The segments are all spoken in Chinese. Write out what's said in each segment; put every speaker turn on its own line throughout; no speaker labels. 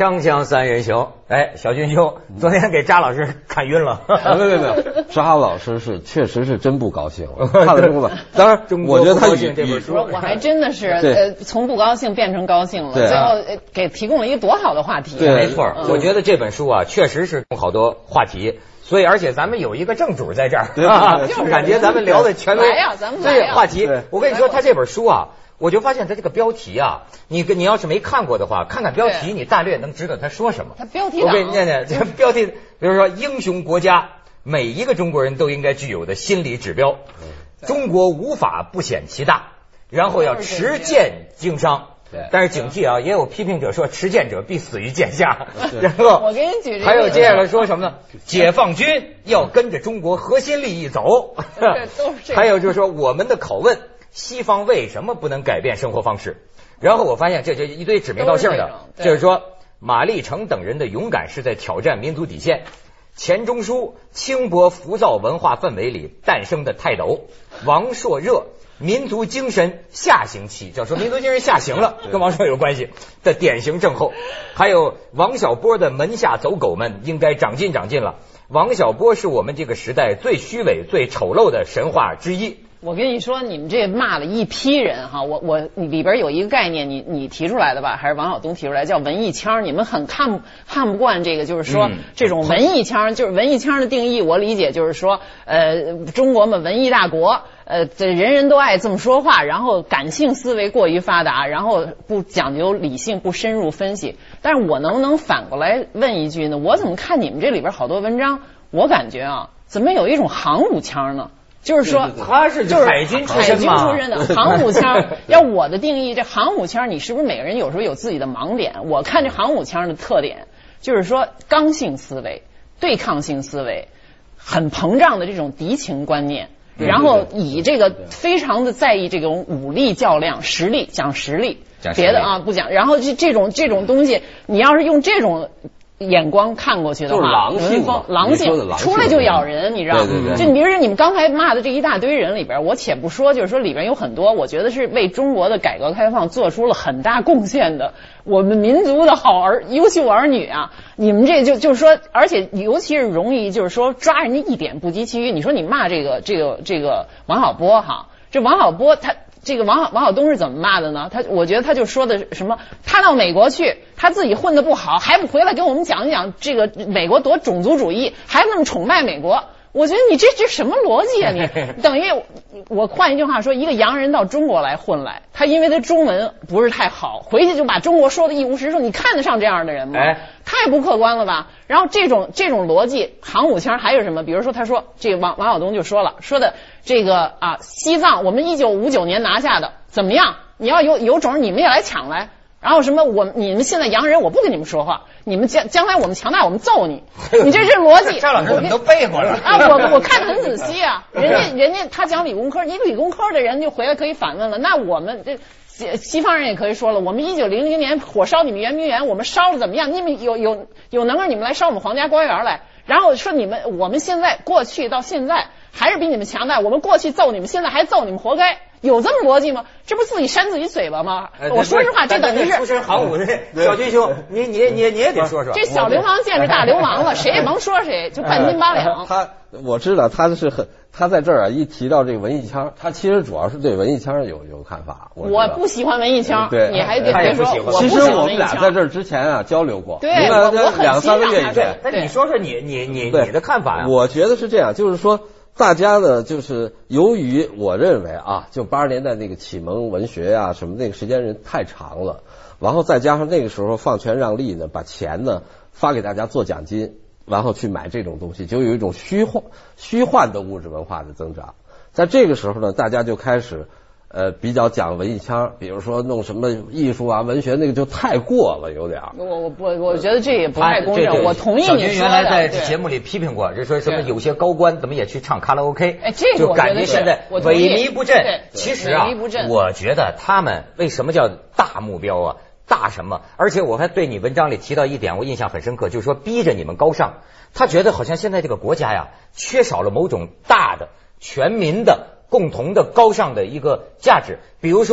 铿锵三人行，哎，小军兄，昨天给扎老师看晕了。
没有，扎老师确实是真不高兴了，看了中国版。当然，我觉得他
这本书，
我还真的是从不高兴变成高兴了，最后给提供了一个多好的话题。
对，没错，我觉得这本书啊，确实是好多话题。所以，而且咱们有一个正主在这儿，感觉咱们聊的全都对话题。我跟你说，他这本书啊，我就发现他这个标题啊，你要是没看过的话，看看标题，你大略能知道他说什么。
他标题
我给你念念这标题，比如说英雄国家，每一个中国人都应该具有的心理指标，中国无法不显其大，然后要持剑经商。但是警惕啊，也有批评者说持剑者必死于剑下。然后
我给你举这个，
还有接下来说什么呢？解放军要跟着中国核心利益走。还有就是说我们的拷问，西方为什么不能改变生活方式？然后我发现这一堆指名道姓的，就是说马立成等人的勇敢是在挑战民族底线。钱钟书轻薄浮躁文化氛围里诞生的泰斗，王朔热民族精神下行期，就说民族精神下行了，跟王朔有关系的典型症候。还有王小波的门下走狗们应该长进了。王小波是我们这个时代最虚伪、最丑陋的神话之一。
我跟你说，你们这骂了一批人哈，我里边有一个概念，你提出来的吧，还是王晓东提出来，叫文艺腔。你们很看不惯这个，就是说这种文艺腔，就是文艺腔的定义，我理解就是说，中国嘛，文艺大国，这人人都爱这么说话，然后感性思维过于发达，然后不讲究理性，不深入分析。但是我能不能反过来问一句呢？我怎么看你们这里边好多文章，我感觉啊，怎么有一种航母腔呢？就是说，
他是海军出身嘛，
海军出身的航母腔。要我的定义，这航母腔，你是不是每个人有时候有自己的盲点？我看这航母腔的特点，就是说刚性思维、对抗性思维，很膨胀的这种敌情观念，然后以这个非常的在意这种武力较量、实力讲实力，别的啊不讲。然后这种东西，你要是用这种眼光看过去的话，狼性出来就咬人，你知道吗？就你比如说你们刚才骂的这一大堆人里边，我且不说，就是说里边有很多，我觉得是为中国的改革开放做出了很大贡献的，我们民族的优秀儿女啊，你们这就是说，而且尤其是容易就是说抓人家一点不及其余。你说你骂这个王小波哈，这王小波他。这个王晓东是怎么骂的呢？我觉得他就说的什么，他到美国去，他自己混得不好，还不回来给我们讲一讲这个美国多种族主义，还那么崇拜美国。我觉得你这什么逻辑啊？你等于我换一句话说，一个洋人到中国来混来，他因为他中文不是太好，回去就把中国说的一无是处。你看得上这样的人吗？太不客观了吧？然后这种逻辑，航母腔还有什么？比如说他说这个王晓东就说的这个啊，西藏我们1959年拿下的怎么样？你要有种你们也来抢来。然后什么你们现在洋人我不跟你们说话，你们将来我们强大我们揍你，你这是逻辑。
张老师你都背过了
啊！我看得很仔细啊，人家他讲理工科，你理工科的人就回来可以反问了。那我们这西方人也可以说了，我们1900年火烧你们圆明园，我们烧了怎么样？你们有能耐你们来烧我们皇家花园来，然后说我们现在过去到现在还是比你们强大，我们过去揍你们，现在还揍你们，活该。有这么逻辑吗？这不自己扇自己嘴巴吗？我说实话，这等于是
出身航母的小军兄，你也得说说。
这小流氓见着大流氓了，谁也甭说谁，就半斤八两。
我知道他在这儿啊，一提到这个文艺腔，他其实主要是对文艺腔有看法。
我不喜欢文艺腔，
对，
你还得别说。
其实我们俩在这儿之前啊交流过，
对，我很
2-3个月以前。
那你说说你的看法呀？
我觉得是这样，就是说。大家呢，就是由于我认为啊，就80年代那个启蒙文学啊什么那个时间人太长了，然后再加上那个时候放权让利呢，把钱呢发给大家做奖金，然后去买这种东西，就有一种虚幻的物质文化的增长。在这个时候呢，大家就开始比较讲文艺腔，比如说弄什么艺术啊、文学，那个就太过了，有点。
我觉得这也不太公正。我同意你说的。
小军原来在节目里批评过，就说什么有些高官怎么也去唱卡拉 OK，
这
就感觉现在萎靡不振。其实啊，我觉得他们为什么叫大目标啊？大什么？而且我还对你文章里提到一点，我印象很深刻，就是说逼着你们高尚。他觉得好像现在这个国家呀，缺少了某种大的、全民的。共同的高尚的一个价值，比如说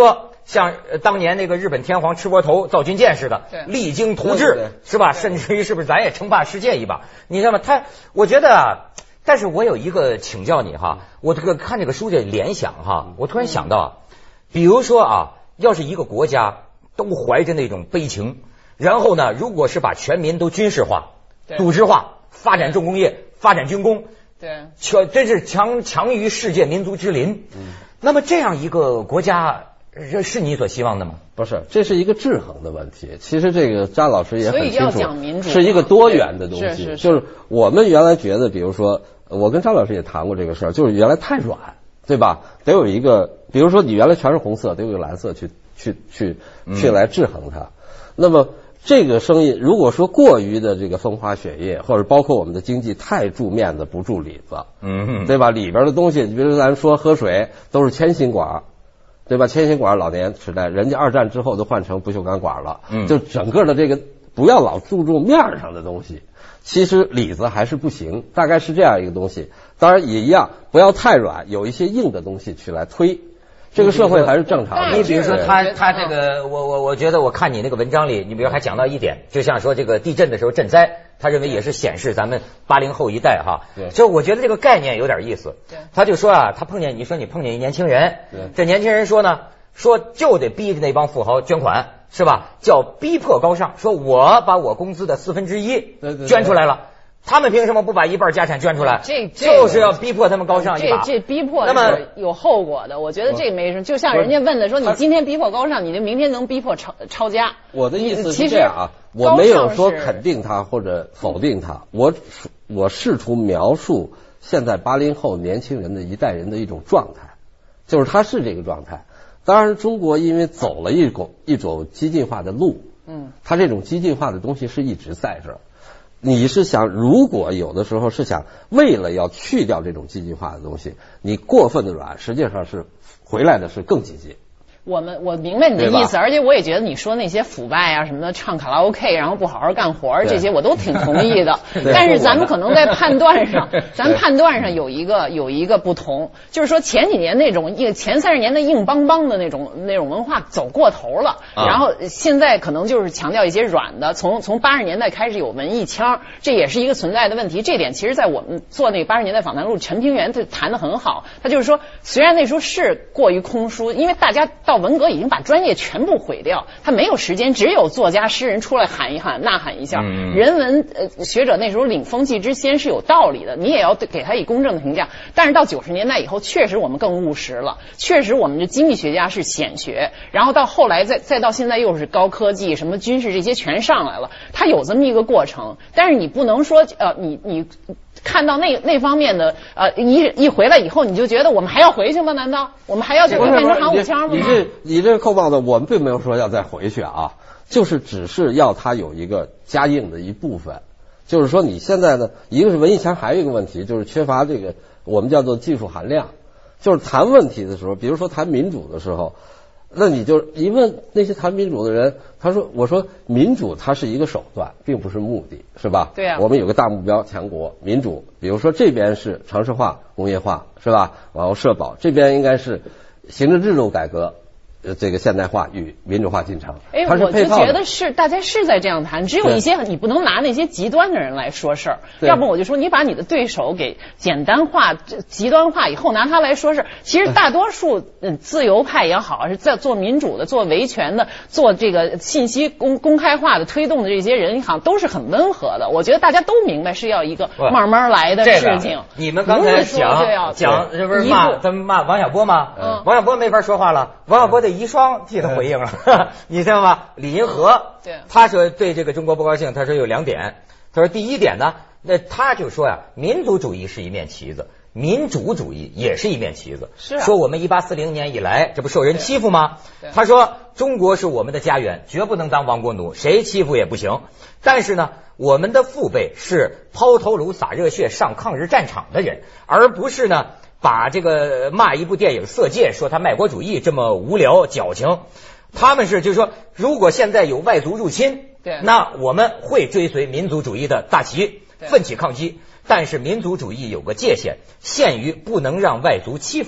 像当年那个日本天皇吃窝头造军舰似的，励精图治，是吧？甚至于是不是咱也称霸世界一把？你知道吗？我觉得啊，但是我有一个请教你哈，我看这个书的联想哈，我突然想到啊，比如说啊，要是一个国家都怀着那种悲情，然后呢，如果是把全民都军事化、组织化，发展重工业、发展军工，
对，
真是强于世界民族之林。那么这样一个国家，是你所希望的吗？
不是，这是一个制衡的问题。其实这个张老师也很清楚，
所以要讲民主，
是一个多元的东西。
是
就是我们原来觉得，比如说，我跟张老师也谈过这个事儿，就是原来太软，对吧？得有一个，比如说你原来全是红色，得有一个蓝色去来制衡它。那么这个生意如果说过于的这个风花雪月，或者包括我们的经济太注面子不注里子，对吧？里边的东西，比如咱说喝水都是铅芯管，对吧？铅芯管老年时代，人家二战之后都换成不锈钢管了，就整个的这个不要老注重面上的东西，其实里子还是不行，大概是这样一个东西。当然也一样，不要太软，有一些硬的东西去来推。这个社会还是正常的。
你比如说他这个，我觉得我看你那个文章里，你比如还讲到一点，就像说这个地震的时候震灾，他认为也是显示咱们80后一代哈。就我觉得这个概念有点意思。他就说啊，他碰见一年轻人，这年轻人说呢，说就得逼着那帮富豪捐款，是吧？叫逼迫高尚，说我把我工资的1/4捐出来了。他们凭什么不把一半家产捐出来？就是要逼迫他们高尚一把。
这逼迫是有后果的。我觉得这没什么，就像人家问的说，你今天逼迫高尚，你就明天能逼迫抄家。
我的意思是这样啊，我没有说肯定他或者否定他，我试图描述现在80后年轻人的一代人的一种状态，就是他是这个状态。当然，中国因为走了一种激进化的路，他这种激进化的东西是一直在这儿。你是想，如果有的时候是想为了要去掉这种激进化的东西，你过分的软，实际上是回来的是更激进。我
明白你的意思，而且我也觉得你说那些腐败啊什么的，唱卡拉 OK 然后不好好干活这些我都挺同意的。但是咱们可能在判断上，有一个不同，就是说前几年那种前30年的硬邦邦的那种文化走过头了，然后现在可能就是强调一些软的。从80年代开始有文艺腔，这也是一个存在的问题。这点其实在我们做那个80年代访谈录，陈平原他谈得很好。他就是说，虽然那时候是过于空疏，因为大家到文革已经把专业全部毁掉，他没有时间，只有作家诗人出来喊一喊呐喊一下。人文学者那时候领风气之先是有道理的，你也要给他以公正的评价。但是到90年代以后，确实我们更务实了，确实我们的经济学家是显学，然后到后来再到现在又是高科技，什么军事这些全上来了，它有这么一个过程。但是你不能说你看到那方面的一回来以后，你就觉得我们还要回去吗？难道我们还要变成航母枪吗？
你这扣帽子，我们并没有说要再回去啊，就是只是要它有一个加硬的一部分。就是说你现在呢，一个是文艺腔，还有一个问题就是缺乏这个我们叫做技术含量。就是谈问题的时候，比如说谈民主的时候，那你就一问那些谈民主的人，我说民主它是一个手段，并不是目的，是吧？
对啊。
我们有个大目标，强国民主，比如说这边是城市化、工业化，是吧？然后社保，这边应该是行政制度改革。这个现代化与民主化进程，
我就觉得是大家是在这样谈，只有一些你不能拿那些极端的人来说事儿，要不我就说你把你的对手给简单化、极端化以后拿他来说事儿。其实大多数自由派也好，是在做民主的、做维权的、做这个信息公开化的推动的这些人，好像都是很温和的。我觉得大家都明白是要一个慢慢来的事情。
你们刚才讲这不是咱们骂王小波吗？王小波没法说话了，王小波的遗孀替他回应了，你知道吗？李银河，他说对这个中国不高兴，他说有2点。他说第一点呢，那他就说呀，民族主义是一面旗子，民主主义也是一面旗子。说我们1840年以来，这不受人欺负吗？他说中国是我们的家园，绝不能当亡国奴，谁欺负也不行。但是呢，我们的父辈是抛头颅洒热血上抗日战场的人，而不是呢把这个骂一部电影《色戒》说他卖国主义这么无聊矫情。他们是就是说，如果现在有外族入侵，那我们会追随民族主义的大旗，奋起抗击。但是民族主义有个界限，限于不能让外族欺负。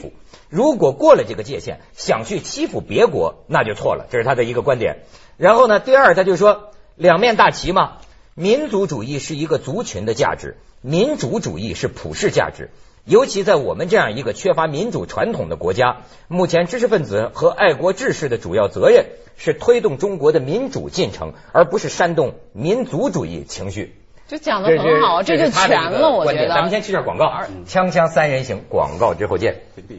如果过了这个界限，想去欺负别国，那就错了，这是他的一个观点。然后呢，第二，他就说两面大旗嘛，民族主义是一个族群的价值，民主主义是普世价值。尤其在我们这样一个缺乏民主传统的国家，目前知识分子和爱国志士的主要责任是推动中国的民主进程，而不是煽动民族主义情绪。
就讲得很好，这就全了，我觉得。
咱们先去这广告，锵锵三人行，广告之后见。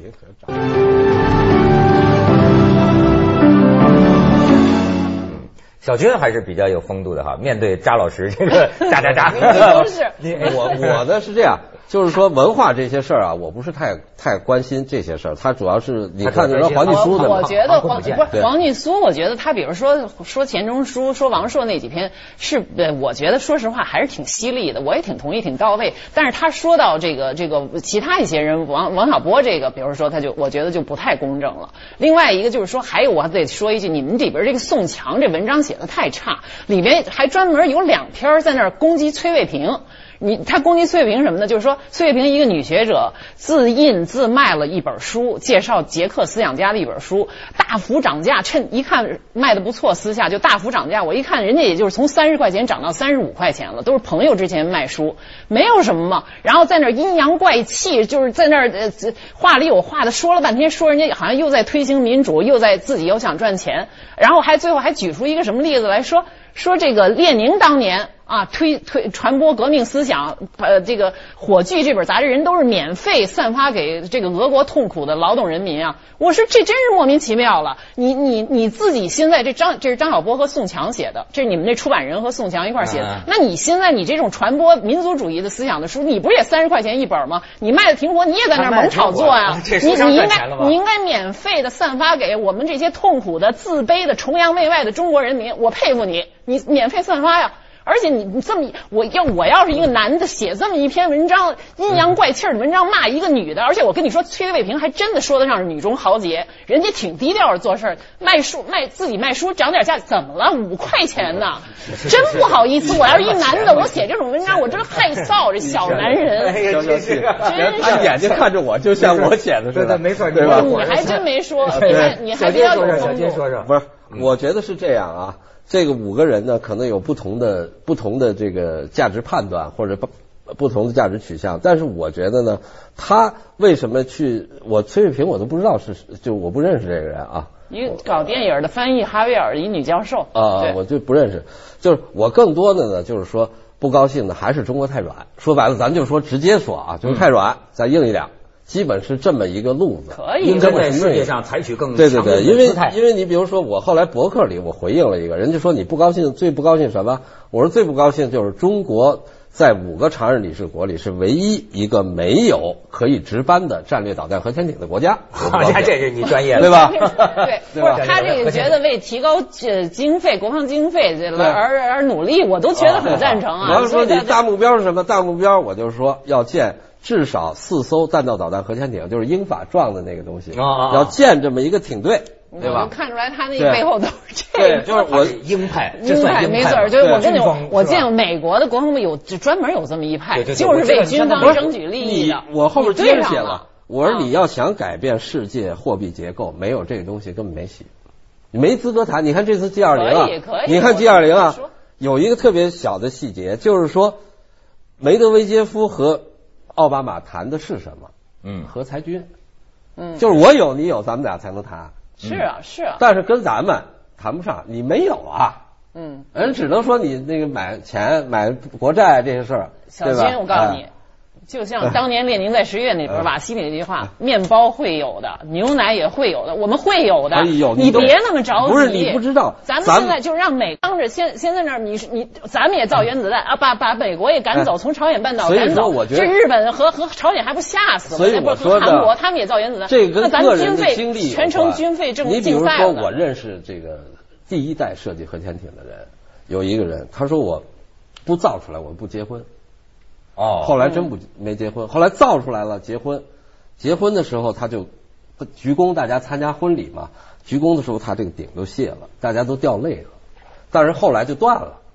小军还是比较有风度的哈，面对扎老师这个扎，
都是
我呢是这样。就是说文化这些事儿啊，我不是太关心这些事儿，他主要是你看这黄继书的，
我觉得黄继书，我觉得他比如说钱钟书、说王朔那几篇是，我觉得说实话还是挺犀利的，我也挺同意，挺到位。但是他说到这个其他一些人，王小波这个，比如说我觉得就不太公正了。另外一个就是说，还有我还得说一句，你们里边这个宋强这文章写的太差，里面还专门有2篇在那儿攻击崔卫平。他攻击崔卫平什么呢？就是说崔卫平一个女学者自印自卖了一本书，介绍捷克思想家的一本书，大幅涨价，趁一看卖的不错，私下就大幅涨价。我一看人家也就是从30块钱涨到35块钱了，都是朋友之前卖书，没有什么嘛。然后在那儿阴阳怪气，就是在那儿话里有话的说了半天，说人家好像又在推行民主，又在自己又想赚钱，然后最后还举出一个什么例子来说这个列宁当年啊传播革命思想，这个火炬这本杂志人都是免费散发给这个俄国痛苦的劳动人民啊！我说这真是莫名其妙了。你自己现在这是张晓波和宋强写的，这是你们这出版人和宋强一块写的。那你现在你这种传播民族主义的思想的书，你不是也30块钱一本吗？你卖的挺火，你也在那儿猛炒作啊！你应该免费的散发给我们这些痛苦的、自卑的、崇洋媚外的中国人民。我佩服你免费散发呀！而且你这么，我要是一个男的写这么一篇文章，阴阳怪气的文章骂一个女的，而且我跟你说，崔卫平还真的说得上是女中豪杰，人家挺低调的做事，自己卖书涨点价，怎么了？5块钱呢？真不好意思，我要是一男的，我写这种文章，我真害臊，这小男人。
他眼睛看着我，就像我写的似的，
没错，
对吧？
你还真没说，你还比
较有风度。
不是，我觉得是这样啊。这个5个人呢，可能有不同的这个价值判断或者不同的价值取向，但是我觉得呢，他为什么崔卫平我都不知道我不认识这个人啊。
一个搞电影的翻译哈维尔一女教授
啊，我就不认识。就是我更多的呢，就是说不高兴的还是中国太软。说白了，咱就说直接说啊，就是太软，再硬一点。基本是这么一个路子，
可以
应该在世界上采取更
对，因为你比如说我后来博客里我回应了一个人，就说你不高兴，最不高兴什么？我说最不高兴就是中国在5个常任理事国里是唯一一个没有可以值班的战略导弹核潜艇的国家。
这是你专业的
对吧？
对，不是他这个觉得为提高经费、国防经费而努力，我都觉得很赞成啊。
我要说你大目标是什么？大目标我就是说要建至少4艘弹道导弹核潜艇，就是英法撞的那个东西，要建这么一个艇队，对吧？
我看出来他那背后都是这个。
对，就是我
鹰派，
没错。就是我见美国的国防部专门有这么一派，就是为军方争取利益的。
我后边接着写了，我说你要想改变世界货币结构，没有这个东西根本没戏，你没资格谈。你看这次 G20 啊，你看 G20 啊，有一个特别小的细节，就是说梅德韦杰夫和奥巴马谈的是什么？核裁军。就是我有你有，咱们俩才能谈。
是啊。
但是跟咱们谈不上，你没有啊。人只能说你那个买钱、买国债这些事儿，
小金，我告诉你，就像当年列宁在10月那边瓦西里那句话，面包会有的，牛奶也会有的，我们会有的。你别那么着急。
不是你不知道，
咱们现在就让美当着先在那儿，咱们也造原子弹啊，把美国也赶走，从朝鲜半岛赶走。这日本和朝鲜还不吓死？
所以我说
韩国他们也造原子弹，
这跟个人
的
经历
全程军费竞赛。
你比如说，我认识这个第1代设计核潜艇的人，有一个人，他说我不造出来，我不结婚。后来真没结婚，后来造出来了，结婚的时候他就鞠躬，大家参加婚礼嘛，鞠躬的时候他这个顶都卸了，大家都掉泪了，但是后来就断了，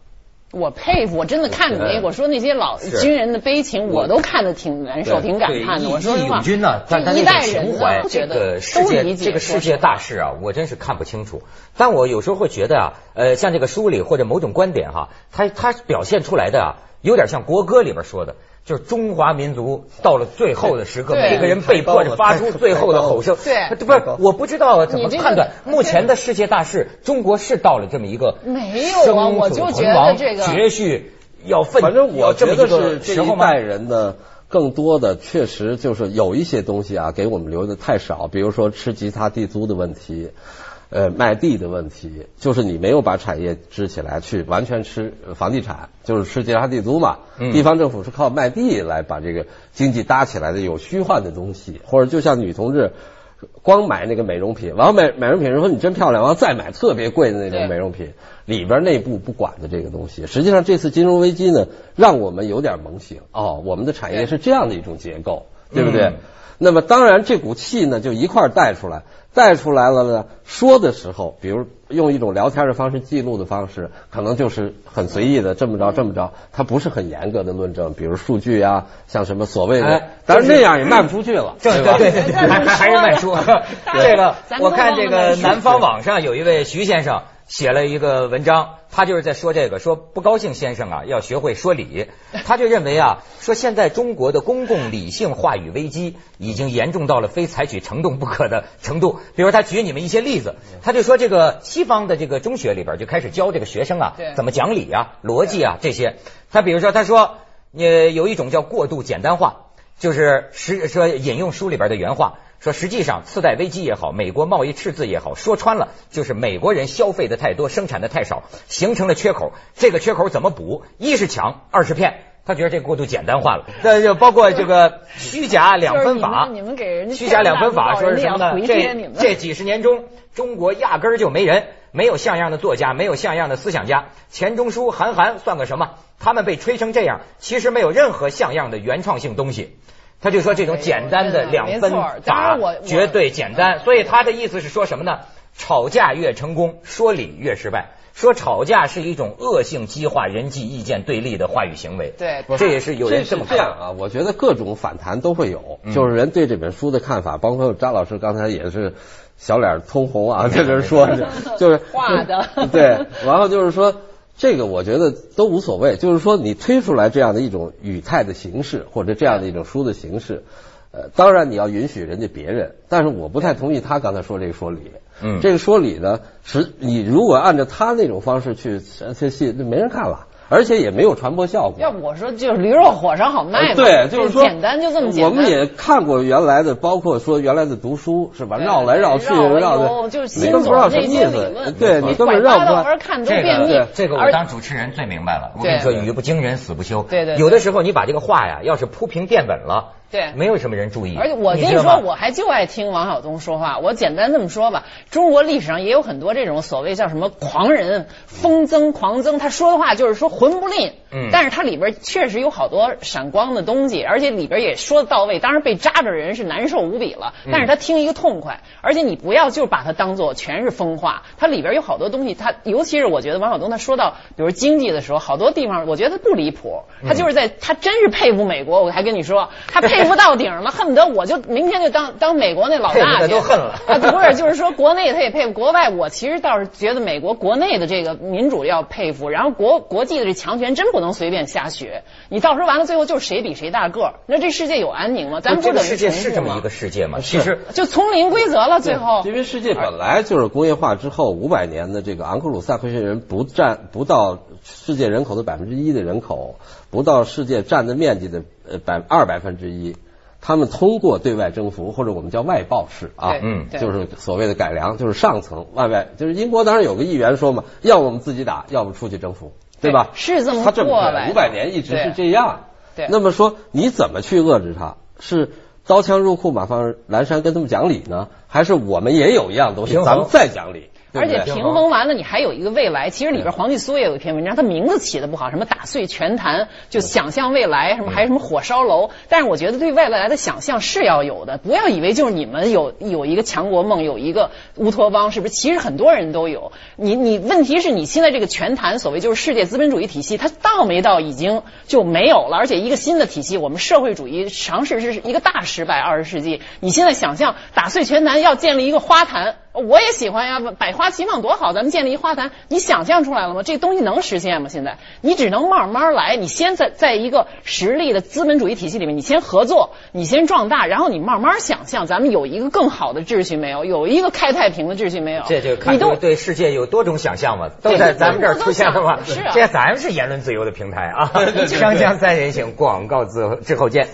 我佩服，我真的看美国说那些老军人的悲情，我都看得挺难受、挺感叹的。我说实话，
义勇军呢，但一代人怀，这个世界大事啊，我真是看不清楚。但我有时候会觉得啊，像这个书里或者某种观点哈，它表现出来的啊，有点像国歌里边说的。就是中华民族到了最后的时刻，每个人被迫着发出最后的吼声。
对，
不是，我不知道怎么判断。目前的世界大事，中国是到了这么一个
没有啊，我就觉得这个
绝续要奋。
反正我觉得是这一代
人
人呢，更多的确实就是有一些东西啊，给我们留的太少，比如说吃吉他地租的问题。卖地的问题，就是你没有把产业支起来，去完全吃房地产，就是吃吉他地租嘛。地方政府是靠卖地来把这个经济搭起来的，有虚幻的东西，或者就像女同志光买那个美容品，然后美容品说你真漂亮，然后再买特别贵的那种美容品，里边内部不管的这个东西。实际上这次金融危机呢，让我们有点猛醒，我们的产业是这样的一种结构，对不对？那么当然这股气呢就一块带出来了呢，说的时候比如用一种聊天的方式记录的方式，可能就是很随意的这么着，它不是很严格的论证，比如数据啊，像什么所谓的，当然那样也卖不出去了。
对，还是卖书。这个我看这个南方网上有一位徐先生写了一个文章，他就是在说这个，说不高兴先生啊要学会说理。他就认为啊，说现在中国的公共理性话语危机已经严重到了非采取行动不可的程度。比如他举你们一些例子，他就说这个西方的这个中学里边就开始教这个学生啊怎么讲理啊、逻辑啊这些。他比如说他说有一种叫过度简单化，就是说引用书里边的原话。说实际上次贷危机也好，美国贸易赤字也好，说穿了就是美国人消费的太多，生产的太少，形成了缺口。这个缺口怎么补？一是抢，二是骗。他觉得这个过度简单化了。那就包括这个虚假两分法，
你们给人家
虚假两分法说是什么呢？这几十年中，中国压根儿就没人，没有像样的作家，没有像样的思想家。钱钟书、韩寒算个什么？他们被吹成这样，其实没有任何像样的原创性东西。他就说这种简单的两分法绝对简单，所以他的意思是说什么呢？吵架越成功，说理越失败。说吵架是一种恶性激化人际意见对立的话语行为。
对，
这也是有人这么看
啊。我觉得各种反弹都会有，就是人对这本书的看法，包括张老师刚才也是小脸通红啊，在这说着，就是
画的
对，然后就是说。这个我觉得都无所谓，就是说你推出来这样的一种语态的形式，或者这样的一种书的形式，当然你要允许人家别人，但是我不太同意他刚才说这个说理。这个说理呢，你如果按照他那种方式去戏，没人看了。而且也没有传播效果。
要不我说就是驴肉火烧好卖嘛。
对，就是说
简单就这么简单。
我们也看过原来的，包括说原来的读书是吧？绕来绕去绕的，
就是
你都不知道什么意思。对，你根本绕不出来。
看都便秘。
这个我当主持人最明白了。我跟你说，语不惊人死不休。
对。
有的时候你把这个话呀，要是铺平垫稳了。
对，
没有什么人注意。
而且我跟你说，我还就爱听王晓东说话。我简单这么说吧，中国历史上也有很多这种所谓叫什么狂人、疯僧、狂僧，他说的话就是说魂不吝。但是他里边确实有好多闪光的东西，而且里边也说得到位。当然被扎着人是难受无比了，但是他听一个痛快。而且你不要就把它当做全是疯话，它里边有好多东西，他尤其是我觉得王晓东他说到比如经济的时候，好多地方我觉得他不离谱。他就是他真是佩服美国，我还跟你说，他佩服到顶了，恨不得我就明天就当美国那老大去。
都恨了。
不是，就是说国内他也佩服，国外我其实倒是觉得美国国内的这个民主要佩服，然后国际的这强权真不能随便瞎学。你到时候完了，最后就是谁比谁大个儿，那这世界有安宁吗？咱们不等于
世界是这么一个世界吗？其实
就丛林规则了，最后。
因为世界本来就是工业化之后500年的这个昂克鲁萨克逊人不到世界人口的1%的人口，不到世界占的面积的2%。他们通过对外征服，或者我们叫外报式啊，就是所谓的改良，就是上层外，就是英国当然有个议员说嘛，要我们自己打，要不出去征服，对吧？
是这么
他这么500年一直是这样。
对，
那么说你怎么去遏制他？是刀枪入库，马放蓝山跟他们讲理呢，还是我们也有一样东西，咱们再讲理？
而且屏风完了，你还有一个未来。其实里边黄继苏也有一篇文章，他名字起的不好，什么打碎拳坛，就想象未来，什么还有什么火烧楼。但是我觉得对未来的想象是要有的，不要以为就是你们有一个强国梦，有一个乌托邦，是不是？其实很多人都有。你问题是你现在这个拳坛，所谓就是世界资本主义体系，它到没到已经就没有了，而且一个新的体系，我们社会主义尝试是一个大失败。20世纪，你现在想象打碎拳坛要建立一个花坛，我也喜欢呀，百花齐放多好，咱们建立一花坛，你想象出来了吗？这东西能实现吗？现在你只能慢慢来，你先在一个实力的资本主义体系里面，你先合作，你先壮大，然后你慢慢想象，咱们有一个更好的秩序没有？有一个开太平的秩序没有？
这就看出对世界有多种想象嘛，都在咱们这儿出现了嘛。
是啊，
这咱们是言论自由的平台啊。锵锵三人行，广告之后见。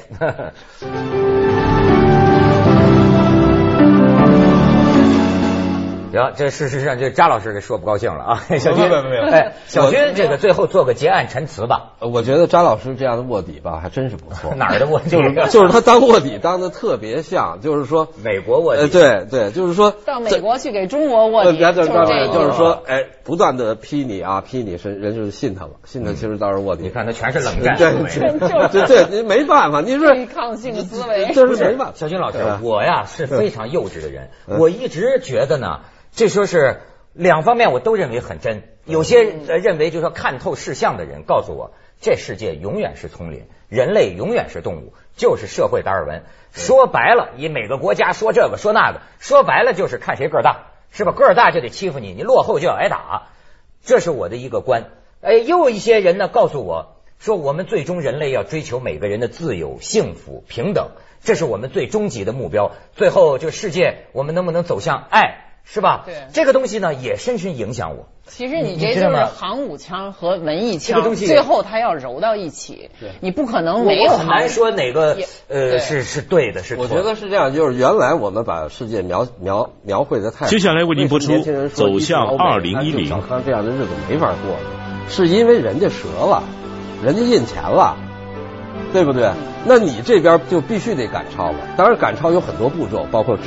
行，这事实上这扎老师给说不高兴了啊，小军没有，哎，小军这个最后做个结案陈词吧。
我觉得扎老师这样的卧底吧，还真是不错。
哪儿的卧底？
就是他当卧底当的特别像，就是说
美国卧底。
对，就是说
到美国去给中国卧底，
就是说，哎，不断的批你，人就是信他了，信他其实倒是卧底。
你看他全是冷战，
对，没办法，你说
对抗性思维，
这是没办法。
小军老师，我呀是非常幼稚的人，我一直觉得呢。这说是两方面我都认为很真，有些认为就是说看透事项的人告诉我，这世界永远是丛林，人类永远是动物，就是社会达尔文。说白了，以每个国家说这个说那个，说白了就是看谁个儿大，是吧？个儿大就得欺负你，你落后就要挨打，这是我的一个观。哎，又有一些人呢告诉我说，我们最终人类要追求每个人的自由、幸福、平等，这是我们最终极的目标。最后这世界我们能不能走向爱？是吧？
对，
这个东西呢也深深影响我。
其实你这就是航母枪和文艺枪，
这个东西
最后它要揉到一起。
对，
你不可能没有。
很难说哪个是对的，是错的。
我觉得是这样，就是原来我们把世界描绘的太好。
接下来为您播出《走向2010》。
他这样的日子没法过了，是因为人家折了，人家印钱了。对不对？那你这边就必须得赶超了。当然，赶超有很多步骤，包括